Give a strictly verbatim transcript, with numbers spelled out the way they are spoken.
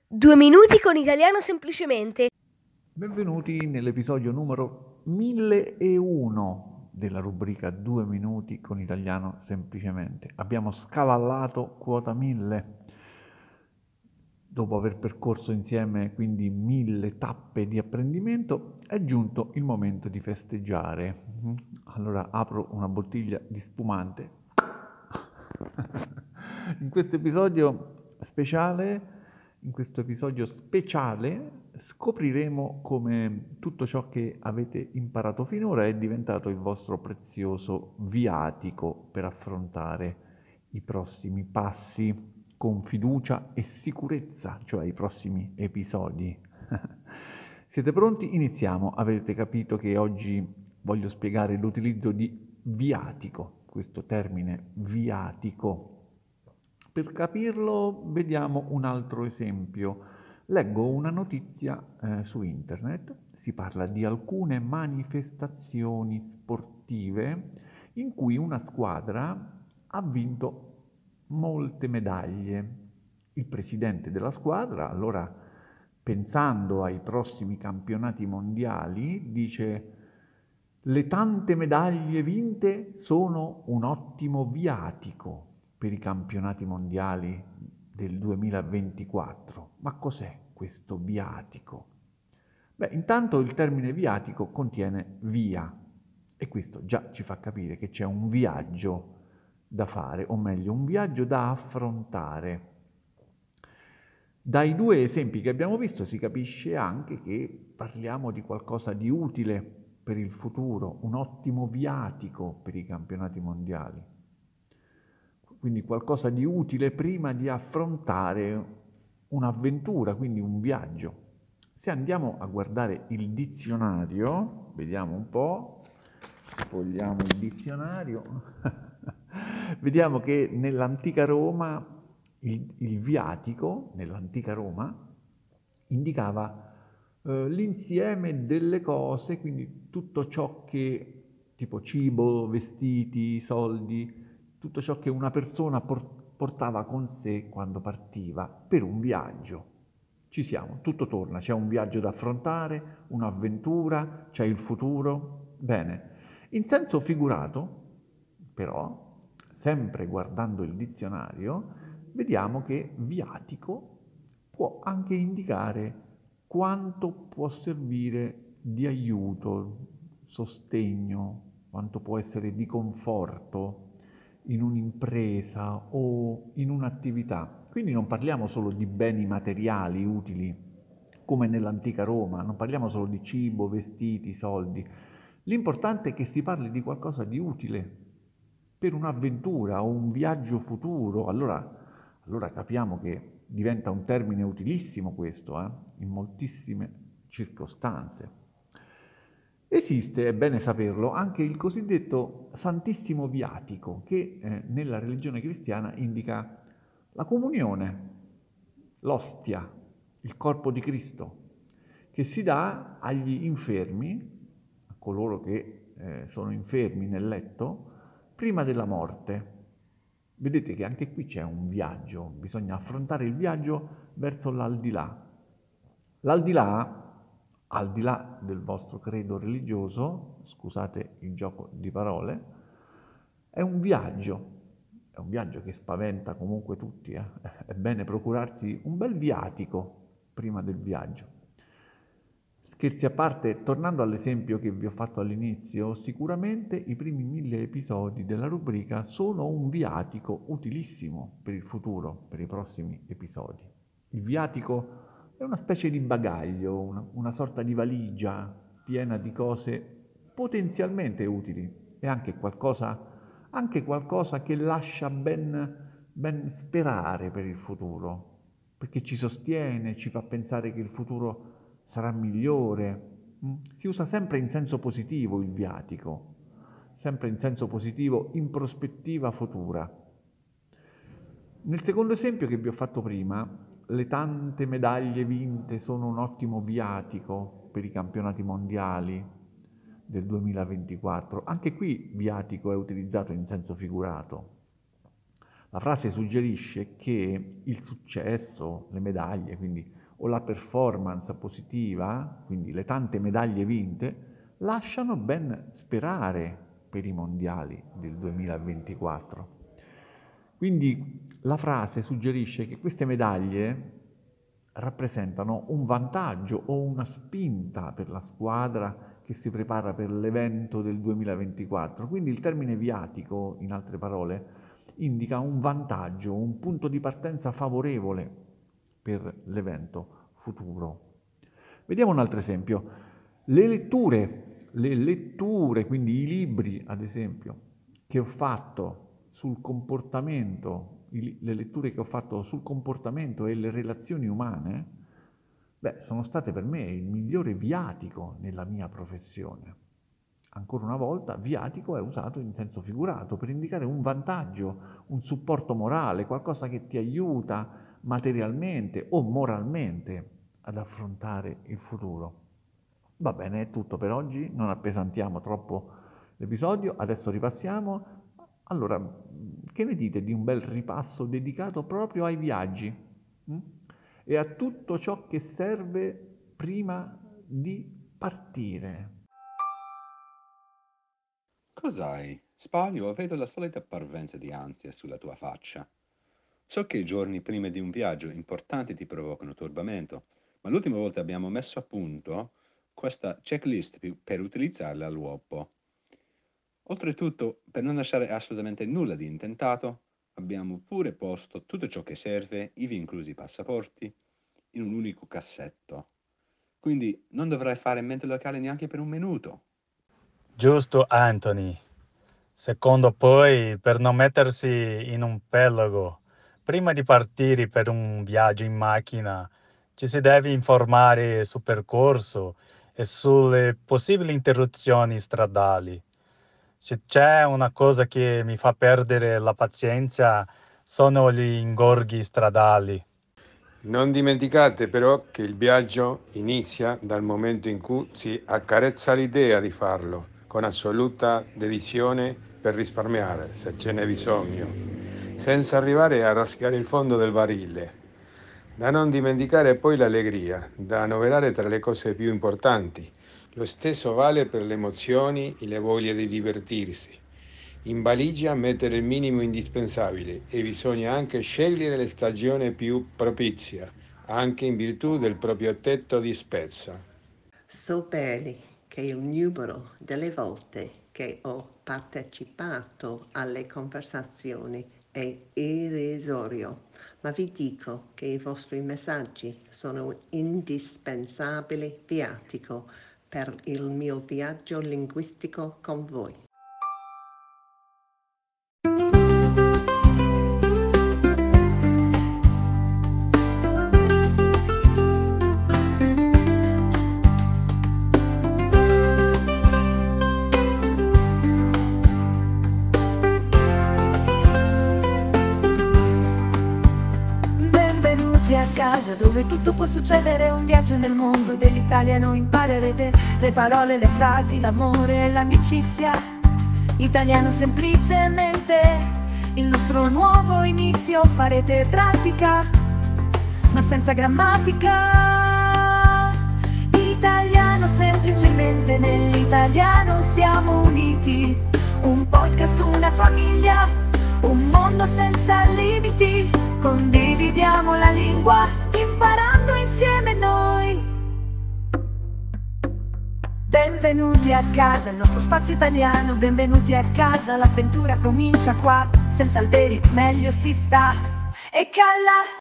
Due minuti con italiano semplicemente. Benvenuti nell'episodio numero milleuno della rubrica Due minuti con italiano semplicemente. Abbiamo scavallato quota mille. Dopo aver percorso insieme quindi mille tappe di apprendimento, è giunto il momento di festeggiare. Allora apro una bottiglia di spumante. In questo episodio speciale, in questo episodio speciale, scopriremo come tutto ciò che avete imparato finora è diventato il vostro prezioso viatico per affrontare i prossimi passi con fiducia e sicurezza, cioè i prossimi episodi. Siete pronti? Iniziamo. Avete capito che oggi voglio spiegare l'utilizzo di viatico, questo termine viatico. Per capirlo vediamo un altro esempio. Leggo una notizia eh, su internet, si parla di alcune manifestazioni sportive in cui una squadra ha vinto molte medaglie. Il presidente della squadra, allora, pensando ai prossimi campionati mondiali, dice: le tante medaglie vinte sono un ottimo viatico per i campionati mondiali del duemilaventiquattro. Ma cos'è questo viatico? Beh, intanto il termine viatico contiene via, e questo già ci fa capire che c'è un viaggio da fare, o meglio, un viaggio da affrontare. Dai due esempi che abbiamo visto si capisce anche che parliamo di qualcosa di utile per il futuro, un ottimo viatico per i campionati mondiali. Quindi qualcosa di utile prima di affrontare un'avventura, quindi un viaggio. Se andiamo a guardare il dizionario, vediamo un po', sfogliamo il dizionario, vediamo che nell'antica Roma il, il viatico, nell'antica Roma, indicava eh, l'insieme delle cose, quindi tutto ciò che, tipo cibo, vestiti, soldi, tutto ciò che una persona portava con sé quando partiva per un viaggio. Ci siamo, tutto torna, c'è un viaggio da affrontare, un'avventura, c'è il futuro. Bene, in senso figurato, però, sempre guardando il dizionario, vediamo che viatico può anche indicare quanto può servire di aiuto, sostegno, quanto può essere di conforto in un'impresa o in un'attività. Quindi non parliamo solo di beni materiali utili, come nell'antica Roma, non parliamo solo di cibo, vestiti, soldi. L'importante è che si parli di qualcosa di utile per un'avventura o un viaggio futuro. Allora, allora capiamo che diventa un termine utilissimo questo, eh? In moltissime circostanze. Esiste, è bene saperlo, anche il cosiddetto Santissimo Viatico, che eh, nella religione cristiana indica la comunione, l'ostia, il corpo di Cristo, che si dà agli infermi, a coloro che eh, sono infermi nel letto, prima della morte. Vedete che anche qui c'è un viaggio, bisogna affrontare il viaggio verso l'aldilà. L'aldilà, al di là del vostro credo religioso, scusate il gioco di parole, è un viaggio, è un viaggio che spaventa comunque tutti, eh? È bene procurarsi un bel viatico prima del viaggio. Scherzi a parte, tornando all'esempio che vi ho fatto all'inizio, sicuramente i primi mille episodi della rubrica sono un viatico utilissimo per il futuro, per i prossimi episodi. Il viatico è una specie di bagaglio, una, una sorta di valigia piena di cose potenzialmente utili e anche qualcosa, anche qualcosa che lascia ben, ben sperare per il futuro, perché ci sostiene, ci fa pensare che il futuro sarà migliore. Si usa sempre in senso positivo il viatico, sempre in senso positivo in prospettiva futura. Nel secondo esempio che vi ho fatto prima, le tante medaglie vinte sono un ottimo viatico per i campionati mondiali del duemilaventiquattro. Anche qui viatico è utilizzato in senso figurato. La frase suggerisce che il successo, le medaglie, quindi, o la performance positiva, quindi le tante medaglie vinte, lasciano ben sperare per i mondiali del duemilaventiquattro. Quindi la frase suggerisce che queste medaglie rappresentano un vantaggio o una spinta per la squadra che si prepara per l'evento del duemilaventiquattro. Quindi il termine viatico, in altre parole, indica un vantaggio, un punto di partenza favorevole per l'evento futuro. Vediamo un altro esempio. Le letture, le letture, quindi i libri, ad esempio, che ho fatto sul comportamento, le letture che ho fatto sul comportamento e le relazioni umane, beh, sono state per me il migliore viatico nella mia professione. Ancora una volta, viatico è usato in senso figurato per indicare un vantaggio, un supporto morale, qualcosa che ti aiuta materialmente o moralmente ad affrontare il futuro. Va bene, è tutto per oggi, non appesantiamo troppo l'episodio, adesso ripassiamo. Allora, che ne dite di un bel ripasso dedicato proprio ai viaggi hm? e a tutto ciò che serve prima di partire? Cos'hai? Sbaglio o vedo la solita parvenza di ansia sulla tua faccia? So che i giorni prima di un viaggio importante ti provocano turbamento, ma l'ultima volta abbiamo messo a punto questa checklist pi- per utilizzarla all'uopo. Oltretutto, per non lasciare assolutamente nulla di intentato, abbiamo pure posto tutto ciò che serve, ivi inclusi i passaporti, in un unico cassetto. Quindi non dovrai fare mente locale neanche per un minuto. Giusto, Anthony. Secondo poi, per non mettersi in un pelago, prima di partire per un viaggio in macchina, ci si deve informare sul percorso e sulle possibili interruzioni stradali. Se c'è una cosa che mi fa perdere la pazienza, sono gli ingorghi stradali. Non dimenticate però che il viaggio inizia dal momento in cui si accarezza l'idea di farlo, con assoluta dedizione per risparmiare, se ce n'è bisogno, senza arrivare a raschiare il fondo del barile. Da non dimenticare poi l'allegria, da annoverare tra le cose più importanti. Lo stesso vale per le emozioni e le voglie di divertirsi. In valigia mettere il minimo indispensabile e bisogna anche scegliere la stagione più propizia, anche in virtù del proprio tetto di spesa. So bene che il numero delle volte che ho partecipato alle conversazioni è irrisorio, ma vi dico che i vostri messaggi sono un indispensabile viatico per il mio viaggio linguistico con voi. Dove tutto può succedere, un viaggio nel mondo dell'italiano, imparerete le parole, le frasi, l'amore e l'amicizia. Italiano semplicemente, il nostro nuovo inizio, farete pratica, ma senza grammatica. Italiano semplicemente, nell'italiano siamo uniti, un podcast, una famiglia, un mondo senza limiti, condividiamo la lingua, imparando insieme noi. Benvenuti a casa, il nostro spazio italiano, benvenuti a casa, l'avventura comincia qua, senza alberi meglio si sta, e calla.